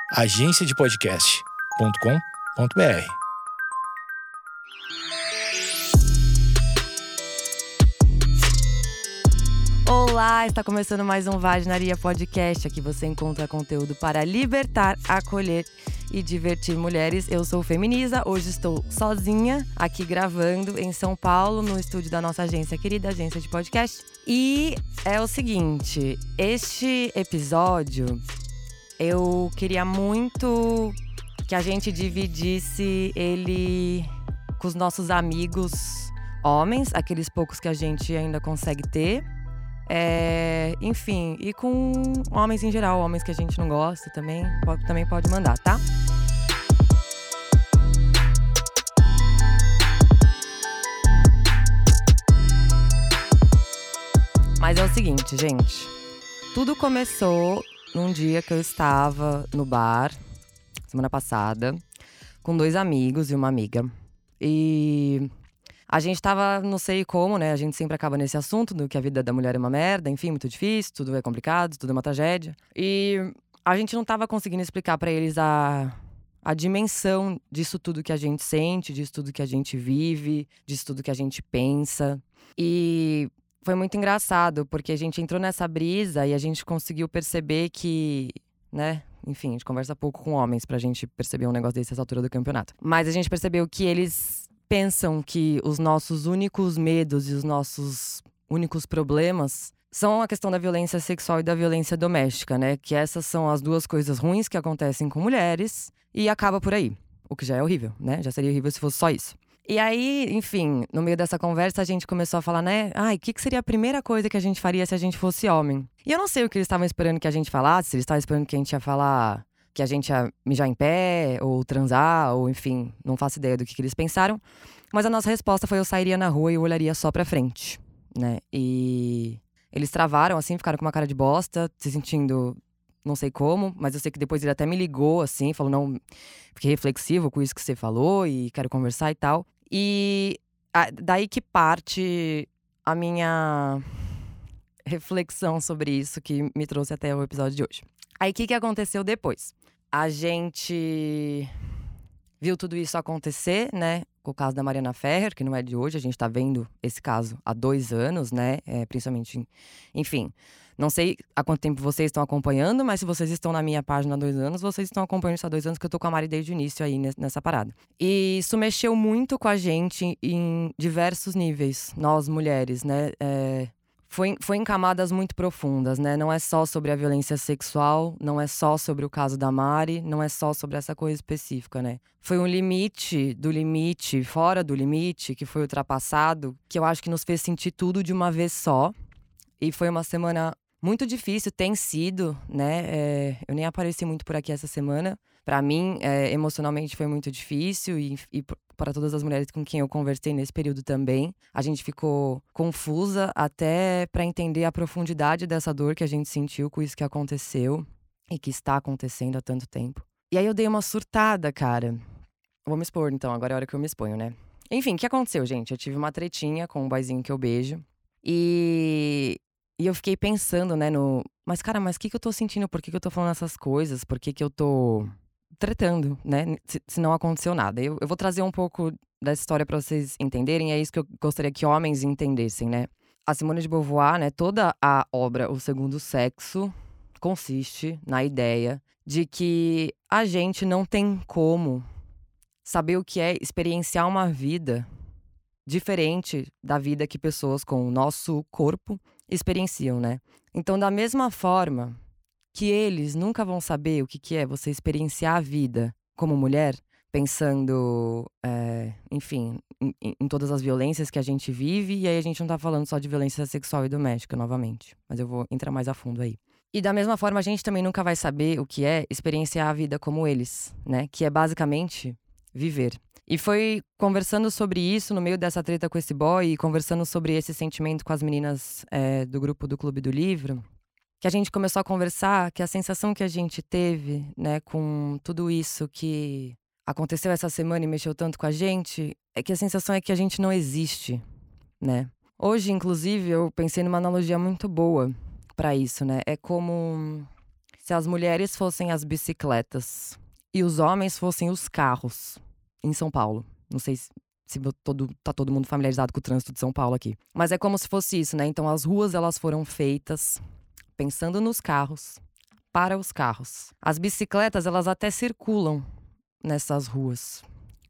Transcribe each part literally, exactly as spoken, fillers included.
agência de podcast ponto com ponto b r. Olá, está começando mais um Vaginaria Podcast. Aqui você encontra conteúdo para libertar, acolher e divertir mulheres. Eu sou Feminiza, hoje estou sozinha aqui gravando em São Paulo, no estúdio da nossa agência, querida agência de podcast. E é o seguinte, este episódio eu queria muito que a gente dividisse ele com os nossos amigos homens, aqueles poucos que a gente ainda consegue ter. É, enfim, e com homens em geral, homens que a gente não gosta também, pode, também pode mandar, tá? Mas é o seguinte, gente. Tudo começou num dia que eu estava no bar, semana passada, com dois amigos e uma amiga. E a gente tava, não sei como, né? A gente sempre acaba nesse assunto do que a vida da mulher é uma merda, enfim, muito difícil, tudo é complicado, tudo é uma tragédia. E a gente não tava conseguindo explicar pra eles a, a dimensão disso tudo que a gente sente, disso tudo que a gente vive, disso tudo que a gente pensa. E foi muito engraçado, porque a gente entrou nessa brisa e a gente conseguiu perceber que, né? Enfim, a gente conversa pouco com homens pra gente perceber um negócio desse nessa altura do campeonato. Mas a gente percebeu que eles pensam que os nossos únicos medos e os nossos únicos problemas são a questão da violência sexual e da violência doméstica, né? Que essas são as duas coisas ruins que acontecem com mulheres e acaba por aí. O que já é horrível, né? Já seria horrível se fosse só isso. E aí, enfim, no meio dessa conversa a gente começou a falar, né? Ai, o que, que seria a primeira coisa que a gente faria se a gente fosse homem? E eu não sei o que eles estavam esperando que a gente falasse, se eles estavam esperando que a gente ia falar que a gente ia mijar em pé, ou transar, ou enfim, não faço ideia do que, que eles pensaram. Mas a nossa resposta foi: eu sairia na rua e eu olharia só pra frente, né? E eles travaram, assim, ficaram com uma cara de bosta, se sentindo não sei como, mas eu sei que depois ele até me ligou, assim, falou: não, fiquei reflexivo com isso que você falou e quero conversar e tal. E a, daí que parte a minha reflexão sobre isso, que me trouxe até o episódio de hoje. Aí, o que, que aconteceu depois? A gente viu tudo isso acontecer, né? Com o caso da Mariana Ferrer, que não é de hoje. A gente tá vendo esse caso há dois anos, né? É, principalmente, enfim. Não sei há quanto tempo vocês estão acompanhando, mas se vocês estão na minha página há dois anos, vocês estão acompanhando isso há dois anos, que eu tô com a Mari desde o início aí nessa parada. E isso mexeu muito com a gente em diversos níveis, nós mulheres, né? É, Foi, foi em camadas muito profundas, né? Não é só sobre a violência sexual, não é só sobre o caso da Mari, não é só sobre essa coisa específica, né? Foi um limite do limite, fora do limite, que foi ultrapassado, que eu acho que nos fez sentir tudo de uma vez só. E foi uma semana muito difícil, tem sido, né? É, eu nem apareci muito por aqui essa semana. Pra mim, é, emocionalmente foi muito difícil e, e para todas as mulheres com quem eu conversei nesse período também. A gente ficou confusa até pra entender a profundidade dessa dor que a gente sentiu com isso que aconteceu e que está acontecendo há tanto tempo. E aí eu dei uma surtada, cara. Vou me expor então, agora é a hora que eu me exponho, né? Enfim, o que aconteceu, gente? Eu tive uma tretinha com um boyzinho que eu beijo e... E eu fiquei pensando, né, no… Mas, cara, mas o que, que eu tô sentindo? Por que, que eu tô falando essas coisas? Por que, que eu tô tretando, né? Se, se não aconteceu nada. Eu, eu vou trazer um pouco dessa história pra vocês entenderem. É isso que eu gostaria que homens entendessem, né? A Simone de Beauvoir, né? Toda a obra O Segundo Sexo consiste na ideia de que a gente não tem como saber o que é experienciar uma vida diferente da vida que pessoas com o nosso corpo experienciam, né? Então, da mesma forma que eles nunca vão saber o que, que é você experienciar a vida como mulher, pensando, é, enfim, em, em todas as violências que a gente vive. E aí a gente não tá falando só de violência sexual e doméstica, novamente. Mas eu vou entrar mais a fundo aí. E da mesma forma, a gente também nunca vai saber o que é experienciar a vida como eles, né? Que é basicamente viver. E foi conversando sobre isso no meio dessa treta com esse boy e conversando sobre esse sentimento com as meninas é, do grupo do Clube do Livro, que a gente começou a conversar, que a sensação que a gente teve, né, com tudo isso que aconteceu essa semana e mexeu tanto com a gente, é que a sensação é que a gente não existe, né? Hoje, inclusive, eu pensei numa analogia muito boa pra isso, né? É como se as mulheres fossem as bicicletas e os homens fossem os carros em São Paulo. Não sei se, se todo, tá todo mundo familiarizado com o trânsito de São Paulo aqui. Mas é como se fosse isso, né? Então as ruas, elas foram feitas pensando nos carros, para os carros. As bicicletas, elas até circulam nessas ruas,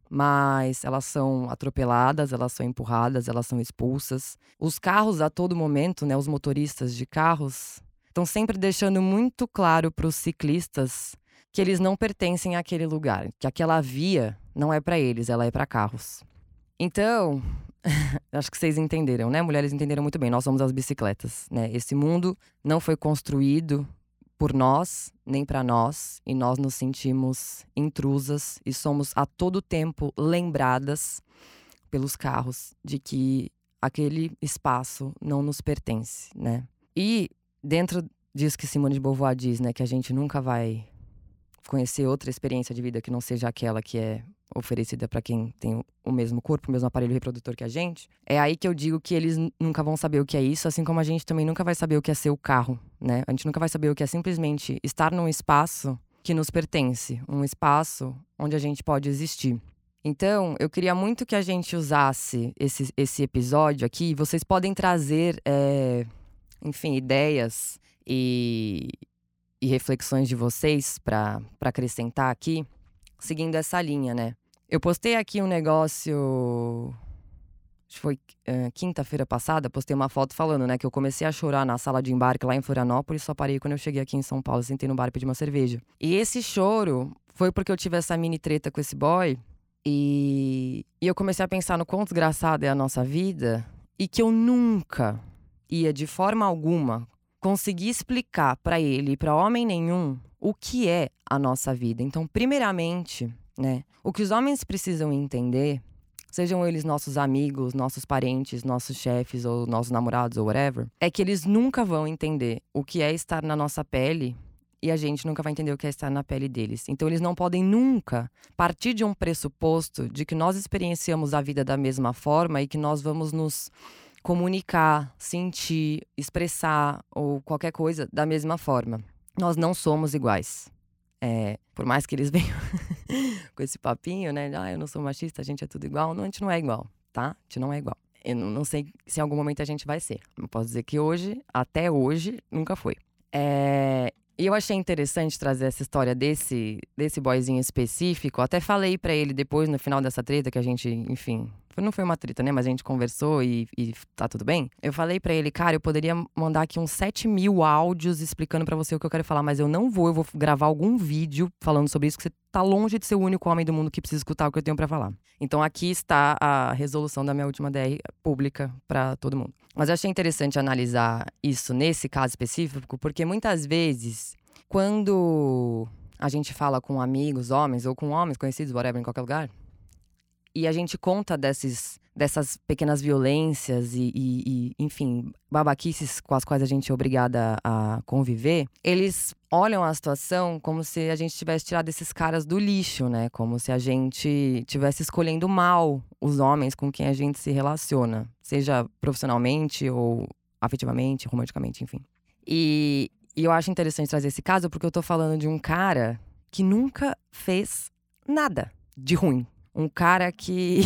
mas elas são atropeladas, elas são empurradas, elas são expulsas. Os carros, a todo momento, né, os motoristas de carros, estão sempre deixando muito claro para os ciclistas que eles não pertencem àquele lugar, que aquela via não é para eles, ela é para carros. Então, acho que vocês entenderam, né? Mulheres entenderam muito bem, nós somos as bicicletas, né? Esse mundo não foi construído por nós, nem para nós, e nós nos sentimos intrusas e somos a todo tempo lembradas pelos carros de que aquele espaço não nos pertence, né? E dentro disso que Simone de Beauvoir diz, né, que a gente nunca vai conhecer outra experiência de vida que não seja aquela que é oferecida para quem tem o mesmo corpo, o mesmo aparelho reprodutor que a gente, é aí que eu digo que eles nunca vão saber o que é isso, assim como a gente também nunca vai saber o que é ser o carro, né? A gente nunca vai saber o que é simplesmente estar num espaço que nos pertence, um espaço onde a gente pode existir. Então, eu queria muito que a gente usasse esse, esse episódio aqui. Vocês podem trazer, é, enfim, ideias e, e reflexões de vocês para acrescentar aqui, seguindo essa linha, né? Eu postei aqui um negócio, acho que foi uh, quinta-feira passada, postei uma foto falando, né, que eu comecei a chorar na sala de embarque lá em Florianópolis, só parei quando eu cheguei aqui em São Paulo, sentei no bar e pedi uma cerveja. E esse choro foi porque eu tive essa mini treta com esse boy e, e eu comecei a pensar no quão desgraçada é a nossa vida e que eu nunca ia, de forma alguma, conseguir explicar pra ele e pra homem nenhum o que é a nossa vida. Então, primeiramente, né, o que os homens precisam entender, sejam eles nossos amigos, nossos parentes, nossos chefes ou nossos namorados ou whatever, é que eles nunca vão entender o que é estar na nossa pele e a gente nunca vai entender o que é estar na pele deles. Então, eles não podem nunca partir de um pressuposto de que nós experienciamos a vida da mesma forma e que nós vamos nos comunicar, sentir, expressar ou qualquer coisa da mesma forma. Nós não somos iguais. É, por mais que eles venham com esse papinho, né? Ah, eu não sou machista, a gente é tudo igual. Não, a gente não é igual, tá? A gente não é igual. Eu não sei se em algum momento a gente vai ser. Eu posso dizer que hoje, até hoje, nunca foi. É, e eu achei interessante trazer essa história desse, desse boyzinho específico. Até falei pra ele depois, no final dessa treta, que a gente, enfim... Não foi uma treta, né? Mas a gente conversou e, e tá tudo bem. Eu falei pra ele, cara, eu poderia mandar aqui uns sete mil áudios explicando pra você o que eu quero falar. Mas eu não vou, eu vou gravar algum vídeo falando sobre isso, que você tá longe de ser o único homem do mundo que precisa escutar o que eu tenho pra falar. Então aqui está a resolução da minha última D R pública pra todo mundo. Mas eu achei interessante analisar isso nesse caso específico, porque muitas vezes, quando a gente fala com amigos, homens, ou com homens conhecidos, whatever, em qualquer lugar, e a gente conta desses, dessas pequenas violências e, e, e, enfim, babaquices com as quais a gente é obrigada a conviver, eles olham a situação como se a gente tivesse tirado esses caras do lixo, né? Como se a gente tivesse escolhendo mal os homens com quem a gente se relaciona, seja profissionalmente ou afetivamente, romanticamente, enfim. E, e eu acho interessante trazer esse caso porque eu tô falando de um cara que nunca fez nada de ruim. Um cara que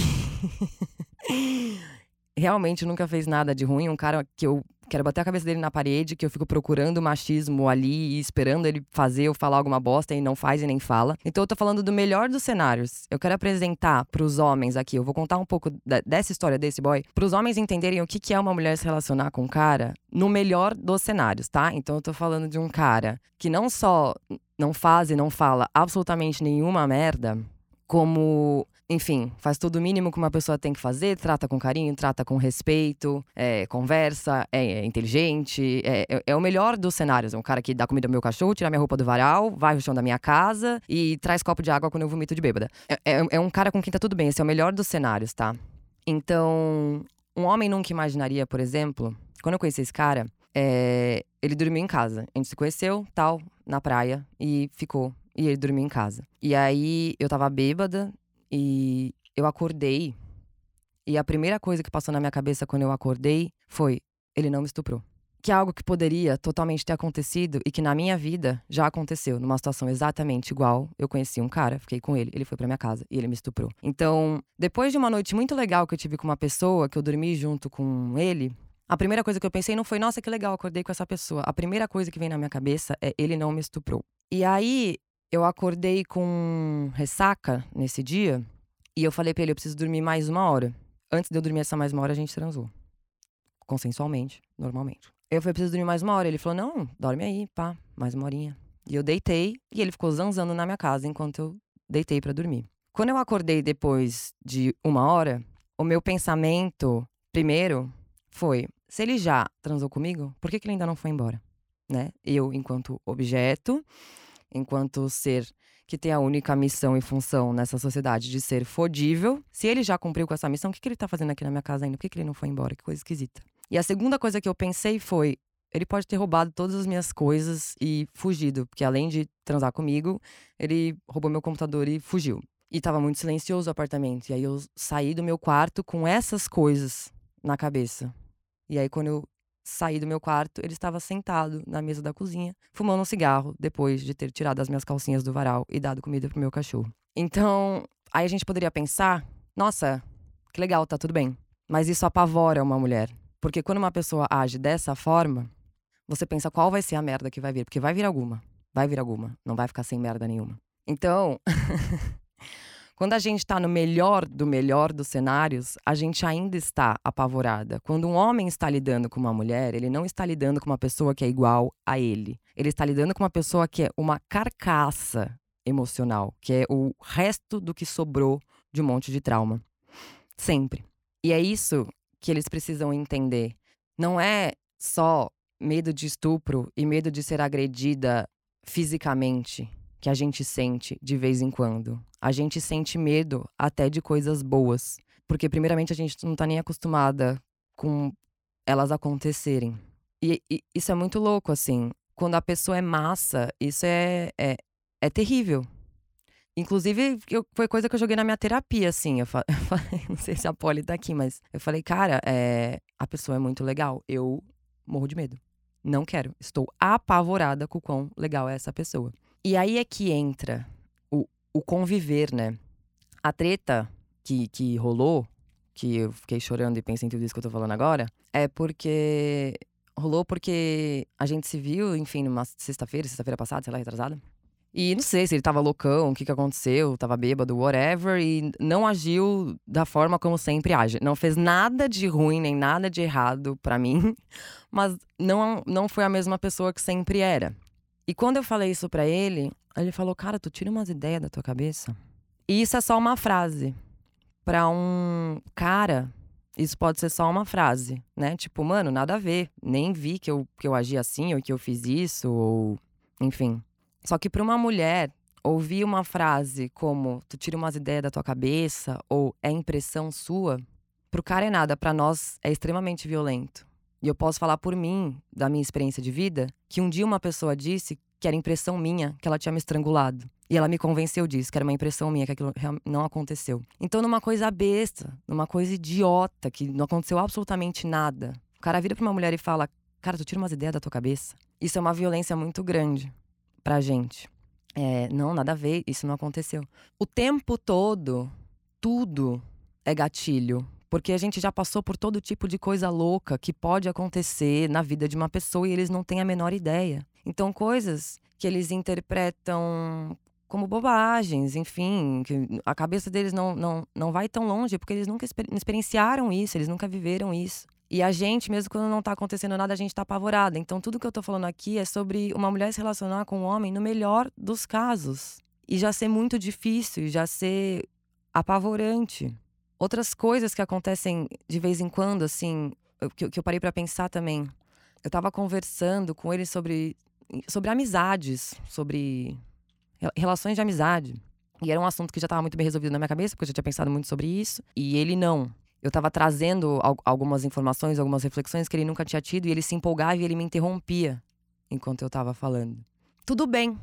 realmente nunca fez nada de ruim. Um cara que eu quero bater a cabeça dele na parede, que eu fico procurando machismo ali e esperando ele fazer ou falar alguma bosta e não faz e nem fala. Então eu tô falando do melhor dos cenários. Eu quero apresentar pros homens aqui, eu vou contar um pouco da, dessa história desse boy, pros homens entenderem o que, que é uma mulher se relacionar com um cara no melhor dos cenários, tá? Então eu tô falando de um cara que não só não faz e não fala absolutamente nenhuma merda, como, enfim, faz tudo o mínimo que uma pessoa tem que fazer, trata com carinho, trata com respeito, é, conversa, é, é inteligente, é, é, é o melhor dos cenários. É um cara que dá comida pro meu cachorro, tira minha roupa do varal, vai no chão da minha casa e traz copo de água quando eu vomito de bêbada. É, é, é um cara com quem tá tudo bem, esse é o melhor dos cenários, tá? Então, um homem nunca imaginaria, por exemplo, quando eu conheci esse cara, é, ele dormiu em casa. A gente se conheceu, tal, na praia, e ficou. E ele dormiu em casa. E aí, eu tava bêbada e eu acordei. E a primeira coisa que passou na minha cabeça quando eu acordei foi: ele não me estuprou. que é algo que poderia totalmente ter acontecido e que na minha vida já aconteceu, numa situação exatamente igual. Eu conheci um cara, fiquei com ele, ele foi pra minha casa e ele me estuprou. Então, depois de uma noite muito legal que eu tive com uma pessoa, que eu dormi junto com ele, a primeira coisa que eu pensei não foi, nossa, que legal, acordei com essa pessoa. A primeira coisa que vem na minha cabeça é, ele não me estuprou. E aí, eu acordei com ressaca nesse dia e eu falei pra ele, eu preciso dormir mais uma hora. Antes de eu dormir essa mais uma hora, a gente transou. Consensualmente, normalmente. Eu falei, preciso dormir mais uma hora. Ele falou, não, dorme aí, pá, mais uma horinha. E eu deitei, e ele ficou zanzando na minha casa enquanto eu deitei pra dormir. Quando eu acordei depois de uma hora, o meu pensamento, primeiro, foi, se ele já transou comigo, por que que ele ainda não foi embora? Né? Eu, enquanto objeto, enquanto ser que tem a única missão e função nessa sociedade de ser fodível, se ele já cumpriu com essa missão, o que que ele tá fazendo aqui na minha casa ainda? Por que que ele não foi embora? Que coisa esquisita. E a segunda coisa que eu pensei foi, ele pode ter roubado todas as minhas coisas e fugido. Porque além de transar comigo, ele roubou meu computador e fugiu. E tava muito silencioso o apartamento. E aí eu saí do meu quarto com essas coisas na cabeça. E aí quando eu saí do meu quarto, ele estava sentado na mesa da cozinha, fumando um cigarro, depois de ter tirado as minhas calcinhas do varal e dado comida pro meu cachorro. Então, aí a gente poderia pensar, nossa, que legal, tá tudo bem. Mas isso apavora uma mulher. Porque quando uma pessoa age dessa forma, você pensa qual vai ser a merda que vai vir. Porque vai vir alguma. Vai vir alguma. Não vai ficar sem merda nenhuma. Então, quando a gente tá no melhor do melhor dos cenários, a gente ainda está apavorada. Quando um homem está lidando com uma mulher, ele não está lidando com uma pessoa que é igual a ele. Ele está lidando com uma pessoa que é uma carcaça emocional. Que é o resto do que sobrou de um monte de trauma. Sempre. E é isso que eles precisam entender. Não é só medo de estupro e medo de ser agredida fisicamente que a gente sente de vez em quando. A gente sente medo até de coisas boas. Porque, primeiramente, a gente não tá nem acostumada com elas acontecerem. E, e isso é muito louco, assim. Quando a pessoa é massa, isso é, é, é terrível. Inclusive, eu, foi coisa que eu joguei na minha terapia, assim. Eu falei, não sei se a Polly tá aqui, mas eu falei, cara, é, a pessoa é muito legal. Eu morro de medo. Não quero. Estou apavorada com o quão legal é essa pessoa. E aí é que entra o, o conviver, né? A treta que, que rolou, que eu fiquei chorando e pensei em tudo isso que eu tô falando agora, é porque… Rolou porque a gente se viu, enfim, numa sexta-feira, sexta-feira passada, sei lá, retrasada. E não sei se ele tava loucão, o que que aconteceu, tava bêbado, whatever, e não agiu da forma como sempre age. Não fez nada de ruim, nem nada de errado pra mim, mas não, não foi a mesma pessoa que sempre era. E quando eu falei isso pra ele, ele falou, cara, tu tira umas ideias da tua cabeça. E isso é só uma frase. Pra um cara, isso pode ser só uma frase, né? Tipo, mano, nada a ver. Nem vi que eu, que eu agi assim, ou que eu fiz isso, ou… Enfim. Só que pra uma mulher, ouvir uma frase como tu tira umas ideias da tua cabeça, ou é impressão sua, pro cara é nada, pra nós é extremamente violento. E eu posso falar por mim, da minha experiência de vida, que um dia uma pessoa disse que era impressão minha, que ela tinha me estrangulado. E ela me convenceu disso, que era uma impressão minha, que aquilo não aconteceu. Então, numa coisa besta, numa coisa idiota, que não aconteceu absolutamente nada, o cara vira pra uma mulher e fala, cara, tu tira umas ideias da tua cabeça. Isso é uma violência muito grande pra gente. É, não, nada a ver, isso não aconteceu. O tempo todo, tudo é gatilho. Porque a gente já passou por todo tipo de coisa louca que pode acontecer na vida de uma pessoa e eles não têm a menor ideia. Então, coisas que eles interpretam como bobagens, enfim, que a cabeça deles não, não, não vai tão longe porque eles nunca exper- experienciaram isso, eles nunca viveram isso. E a gente, mesmo quando não tá acontecendo nada, a gente tá apavorada. Então, tudo que eu tô falando aqui é sobre uma mulher se relacionar com um homem no melhor dos casos. E já ser muito difícil, já ser apavorante. Outras coisas que acontecem de vez em quando, assim, que, que eu parei pra pensar também. Eu tava conversando com ele sobre, sobre amizades, sobre relações de amizade. E era um assunto que já tava muito bem resolvido na minha cabeça, porque eu já tinha pensado muito sobre isso. E ele não. Eu tava trazendo al- algumas informações, algumas reflexões que ele nunca tinha tido. E ele se empolgava e ele me interrompia enquanto eu tava falando. Tudo bem.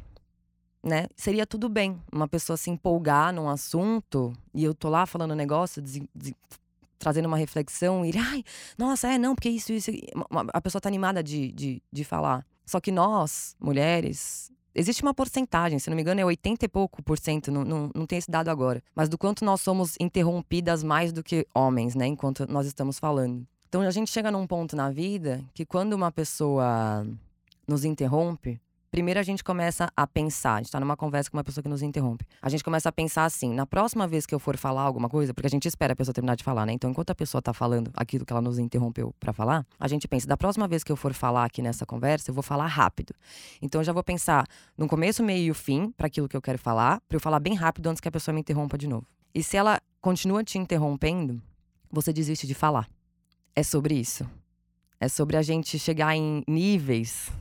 Né? Seria tudo bem uma pessoa se empolgar num assunto e eu tô lá falando um negócio, des- des- trazendo uma reflexão e ai, nossa, é, não, porque isso, isso. Uma, a pessoa tá animada de, de, de falar. Só que nós, mulheres, existe uma porcentagem, se não me engano, é oitenta e pouco por cento, não, não, não tem esse dado agora. Mas do quanto nós somos interrompidas mais do que homens, né? Enquanto nós estamos falando. Então a gente chega num ponto na vida que quando uma pessoa nos interrompe, primeiro a gente começa a pensar, a gente tá numa conversa com uma pessoa que nos interrompe. A gente começa a pensar assim, na próxima vez que eu for falar alguma coisa, porque a gente espera a pessoa terminar de falar, né? Então enquanto a pessoa tá falando aquilo que ela nos interrompeu pra falar, a gente pensa, da próxima vez que eu for falar aqui nessa conversa, eu vou falar rápido. Então eu já vou pensar no começo, meio e o fim pra aquilo que eu quero falar, pra eu falar bem rápido antes que a pessoa me interrompa de novo. E se ela continua te interrompendo, você desiste de falar. É sobre isso. É sobre a gente chegar em níveis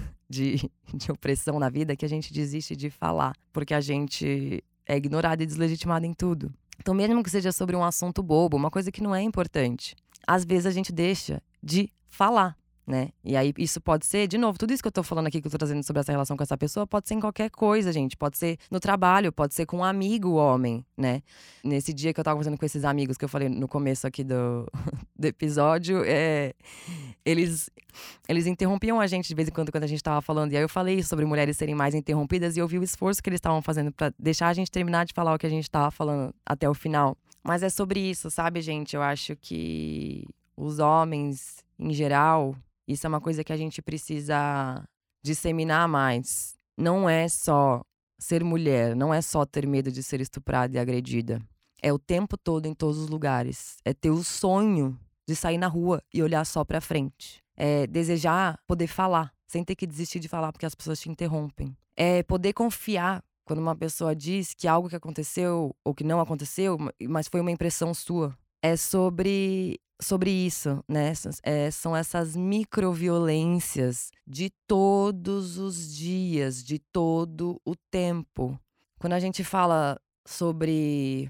de, de opressão na vida que a gente desiste de falar. Porque a gente é ignorado e deslegitimado em tudo. Então mesmo que seja sobre um assunto bobo, uma coisa que não é importante, às vezes a gente deixa de falar, né? E aí isso pode ser, de novo, tudo isso que eu tô falando aqui, que eu tô trazendo sobre essa relação com essa pessoa, pode ser em qualquer coisa, gente. Pode ser no trabalho, pode ser com um amigo homem, né? Nesse dia que eu tava conversando com esses amigos que eu falei no começo aqui do, do episódio, é, eles, eles interrompiam a gente de vez em quando, quando a gente tava falando. E aí eu falei sobre mulheres serem mais interrompidas e eu vi o esforço que eles estavam fazendo pra deixar a gente terminar de falar o que a gente tava falando até o final. Mas é sobre isso, sabe, gente? Eu acho que os homens, em geral, isso é uma coisa que a gente precisa disseminar mais. Não é só ser mulher, não é só ter medo de ser estuprada e agredida. É o tempo todo, em todos os lugares. É ter o sonho de sair na rua e olhar só pra frente. É desejar poder falar, sem ter que desistir de falar porque as pessoas te interrompem. É poder confiar quando uma pessoa diz que algo que aconteceu ou que não aconteceu, mas foi uma impressão sua. É sobre, sobre isso, né? É, são essas microviolências de todos os dias, de todo o tempo. Quando a gente fala sobre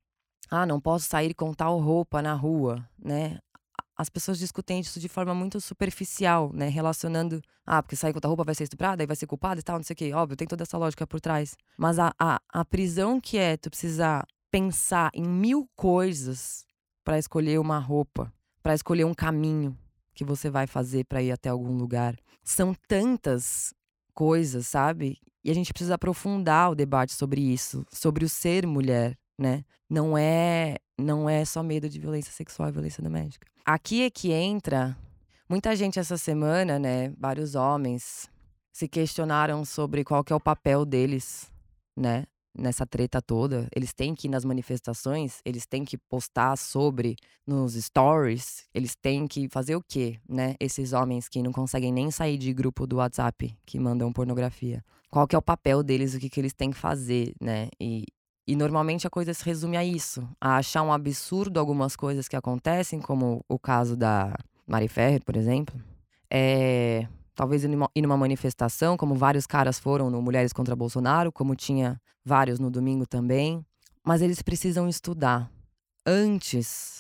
ah, não posso sair com tal roupa na rua, né? As pessoas discutem isso de forma muito superficial, né? Relacionando, ah, porque sair com tal roupa vai ser estuprada, aí vai ser culpada e tal, não sei o quê. Óbvio, tem toda essa lógica por trás. Mas a, a, a prisão que é tu precisar pensar em mil coisas pra escolher uma roupa, pra escolher um caminho que você vai fazer pra ir até algum lugar. São tantas coisas, sabe? E a gente precisa aprofundar o debate sobre isso, sobre o ser mulher, né? Não é, não é só medo de violência sexual e violência doméstica. Aqui é que entra muita gente essa semana, né? Vários homens se questionaram sobre qual que é o papel deles, né? Nessa treta toda. Eles têm que ir nas manifestações, eles têm que postar sobre nos stories, eles têm que fazer o quê, né? Esses homens que não conseguem nem sair de grupo do WhatsApp, que mandam pornografia. Qual que é o papel deles, o que, que eles têm que fazer, né? E, e normalmente a coisa se resume a isso. A achar um absurdo algumas coisas que acontecem, como o caso da Mari Ferrer, por exemplo. É, talvez ir numa, ir numa manifestação, como vários caras foram no Mulheres contra Bolsonaro, como tinha vários no domingo também. Mas eles precisam estudar antes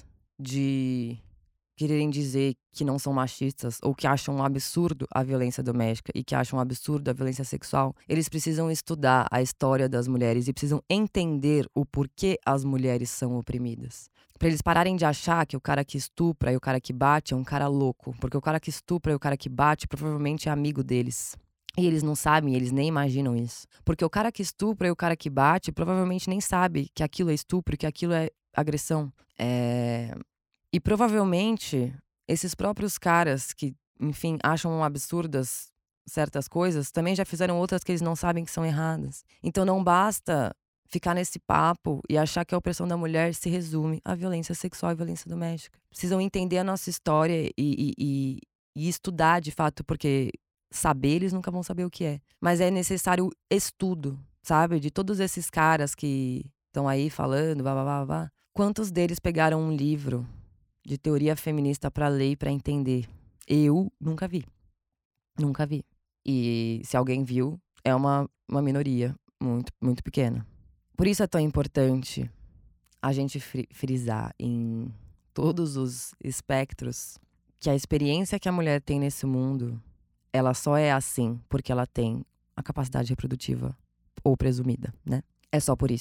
de quererem dizer que não são machistas ou que acham um absurdo a violência doméstica e que acham um absurdo a violência sexual. Eles precisam estudar a história das mulheres e precisam entender o porquê as mulheres são oprimidas. Pra eles pararem de achar que o cara que estupra e o cara que bate é um cara louco. Porque o cara que estupra e o cara que bate provavelmente é amigo deles. E eles não sabem, eles nem imaginam isso. Porque o cara que estupra e o cara que bate provavelmente nem sabe que aquilo é estupro, que aquilo é agressão. É... E provavelmente esses próprios caras que, enfim, acham absurdas certas coisas, também já fizeram outras que eles não sabem que são erradas. Então não basta ficar nesse papo e achar que a opressão da mulher se resume à violência sexual e violência doméstica. Precisam entender a nossa história e, e, e, e estudar de fato, porque saber eles nunca vão saber o que é. Mas é necessário estudo, sabe? De todos esses caras que estão aí falando, blá, blá, blá, blá. Quantos deles pegaram um livro de teoria feminista pra ler e pra entender? Eu nunca vi. Nunca vi. E se alguém viu, é uma, uma minoria muito, muito pequena. Por isso é tão importante a gente fri- frisar em todos os espectros que a experiência que a mulher tem nesse mundo, ela só é assim porque ela tem a capacidade reprodutiva ou presumida, né? É só por isso.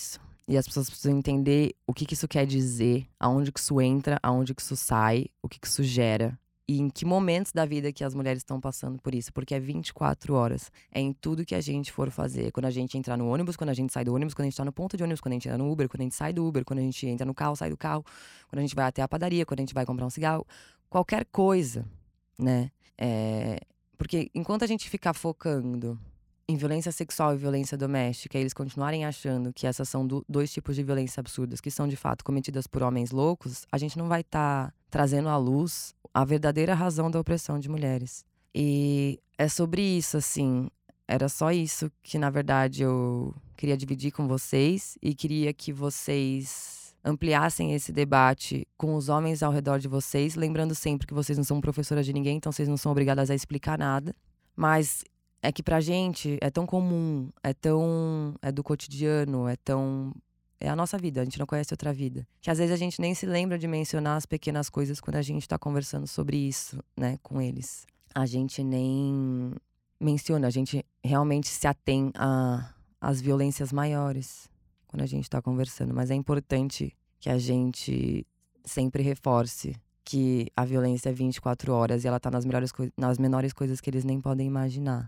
E as pessoas precisam entender o que, que isso quer dizer, aonde que isso entra, aonde que isso sai, o que, que isso gera. E em que momentos da vida que as mulheres estão passando por isso. Porque é vinte e quatro horas. É em tudo que a gente for fazer. Quando a gente entrar no ônibus, quando a gente sai do ônibus, quando a gente tá no ponto de ônibus, quando a gente entra no Uber, quando a gente sai do Uber, quando a gente entra no carro, sai do carro, quando a gente vai até a padaria, quando a gente vai comprar um cigarro. Qualquer coisa, né? É... Porque enquanto a gente ficar focando em violência sexual e violência doméstica, e eles continuarem achando que essas são do, dois tipos de violência absurdas, que são de fato cometidas por homens loucos, a gente não vai estar tá trazendo à luz a verdadeira razão da opressão de mulheres. E é sobre isso, assim. Era só isso que, na verdade, eu queria dividir com vocês e queria que vocês ampliassem esse debate com os homens ao redor de vocês, lembrando sempre que vocês não são professoras de ninguém, então vocês não são obrigadas a explicar nada. Mas é que pra gente é tão comum, é tão. É do cotidiano, é tão. É a nossa vida, a gente não conhece outra vida. Que às vezes a gente nem se lembra de mencionar as pequenas coisas quando a gente tá conversando sobre isso, né, com eles. A gente nem menciona, a gente realmente se atém às violências maiores quando a gente tá conversando. Mas é importante que a gente sempre reforce que a violência é vinte e quatro horas e ela tá nas, melhores nas menores coisas que eles nem podem imaginar.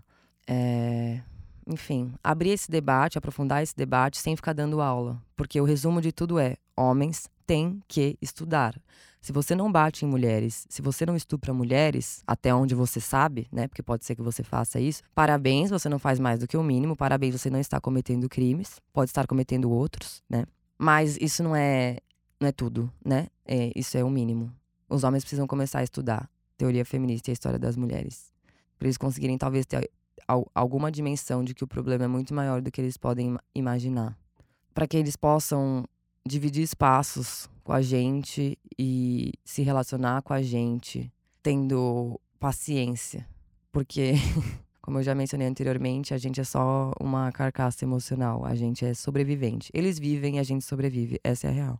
É... Enfim, abrir esse debate, aprofundar esse debate sem ficar dando aula. Porque o resumo de tudo é: homens têm que estudar. Se você não bate em mulheres, se você não estupra mulheres, até onde você sabe, né? Porque pode ser que você faça isso. Parabéns, você não faz mais do que o mínimo. Parabéns, você não está cometendo crimes. Pode estar cometendo outros, né? Mas isso não é, não é tudo, né? É, isso é o mínimo. Os homens precisam começar a estudar teoria feminista e a história das mulheres. Para eles conseguirem, talvez, ter alguma dimensão de que o problema é muito maior do que eles podem imaginar. Para que eles possam dividir espaços com a gente e se relacionar com a gente, tendo paciência. Porque, como eu já mencionei anteriormente, a gente é só uma carcaça emocional. A gente é sobrevivente. Eles vivem e a gente sobrevive. Essa é a real.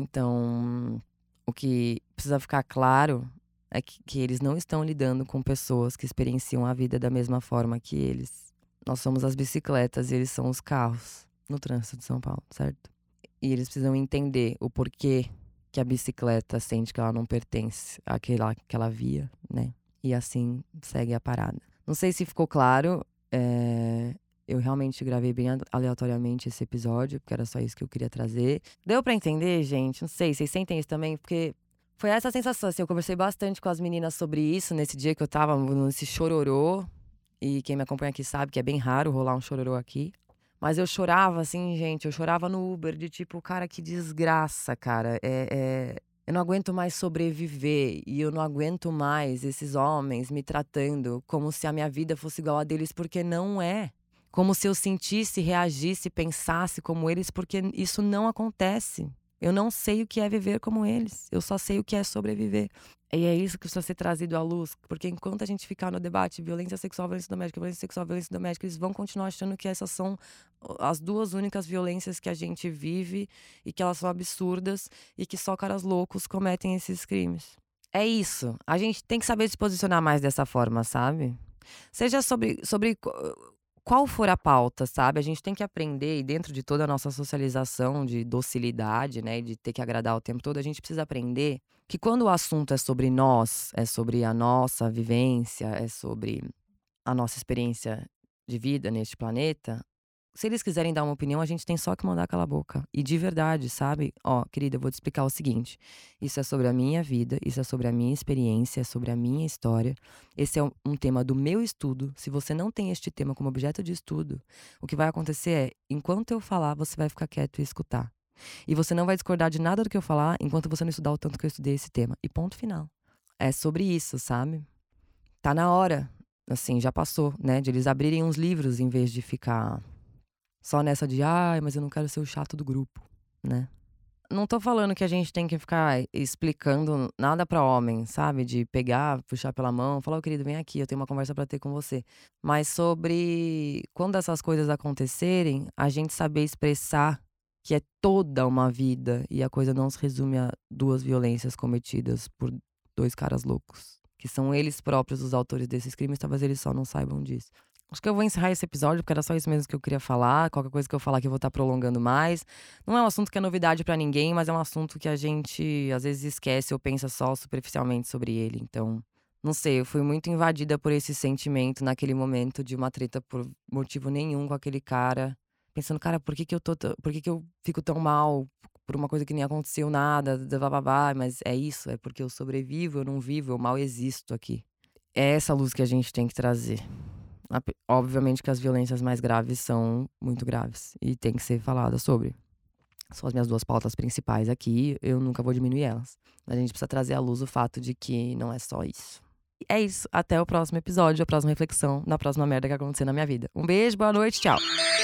Então, o que precisa ficar claro é que, que eles não estão lidando com pessoas que experienciam a vida da mesma forma que eles. Nós somos as bicicletas e eles são os carros no trânsito de São Paulo, certo? E eles precisam entender o porquê que a bicicleta sente que ela não pertence àquela, àquela via, né? E assim segue a parada. Não sei se ficou claro, é... eu realmente gravei bem aleatoriamente esse episódio, porque era só isso que eu queria trazer. Deu pra entender, gente? Não sei, vocês sentem isso também? Porque foi essa a sensação, assim, eu conversei bastante com as meninas sobre isso nesse dia que eu tava nesse chororô. E quem me acompanha aqui sabe que é bem raro rolar um chororô aqui. Mas eu chorava, assim, gente, eu chorava no Uber de tipo, cara, que desgraça, cara. É, é... Eu não aguento mais sobreviver e eu não aguento mais esses homens me tratando como se a minha vida fosse igual a deles, porque não é. Como se eu sentisse, reagisse, pensasse como eles, porque isso não acontece. Eu não sei o que é viver como eles. Eu só sei o que é sobreviver. E é isso que precisa ser trazido à luz. Porque enquanto a gente ficar no debate violência sexual, violência doméstica, violência sexual, violência doméstica, eles vão continuar achando que essas são as duas únicas violências que a gente vive e que elas são absurdas e que só caras loucos cometem esses crimes. É isso. A gente tem que saber se posicionar mais dessa forma, sabe? Seja sobre... sobre qual for a pauta, sabe? A gente tem que aprender, e dentro de toda a nossa socialização de docilidade, né, de ter que agradar o tempo todo, a gente precisa aprender que quando o assunto é sobre nós, é sobre a nossa vivência, é sobre a nossa experiência de vida neste planeta, se eles quiserem dar uma opinião, a gente tem só que mandar calar a boca. E de verdade, sabe? Ó, querida, eu vou te explicar o seguinte. Isso é sobre a minha vida, isso é sobre a minha experiência, é sobre a minha história. Esse é um, um tema do meu estudo. Se você não tem este tema como objeto de estudo, o que vai acontecer é, enquanto eu falar, você vai ficar quieto e escutar. E você não vai discordar de nada do que eu falar, enquanto você não estudar o tanto que eu estudei esse tema. E ponto final. É sobre isso, sabe? Tá na hora, assim, já passou, né? De eles abrirem uns livros em vez de ficar só nessa de, ai, mas eu não quero ser o chato do grupo, né? Não tô falando que a gente tem que ficar explicando nada pra homem, sabe? De pegar, puxar pela mão, falar, ô querido, vem aqui, eu tenho uma conversa pra ter com você. Mas sobre quando essas coisas acontecerem, a gente saber expressar que é toda uma vida e a coisa não se resume a duas violências cometidas por dois caras loucos. Que são eles próprios os autores desses crimes, talvez eles só não saibam disso. Acho que eu vou encerrar esse episódio, porque era só isso mesmo que eu queria falar. Qualquer coisa que eu falar que eu vou estar prolongando mais. Não é um assunto que é novidade pra ninguém, mas é um assunto que a gente às vezes esquece ou pensa só superficialmente sobre ele. Então, não sei, eu fui muito invadida por esse sentimento naquele momento de uma treta por motivo nenhum com aquele cara. Pensando, cara, por que que eu tô, tã- por que que eu fico tão mal por uma coisa que nem aconteceu nada, da bababá, mas é isso, é porque eu sobrevivo, eu não vivo, eu mal existo aqui. É essa luz que a gente tem que trazer. Ape- Obviamente que as violências mais graves são muito graves e tem que ser falada sobre. São as minhas duas pautas principais aqui, eu nunca vou diminuir elas. Mas a gente precisa trazer à luz o fato de que não é só isso. É isso, até o próximo episódio, a próxima reflexão, na próxima merda que acontecer na minha vida. Um beijo, boa noite, tchau.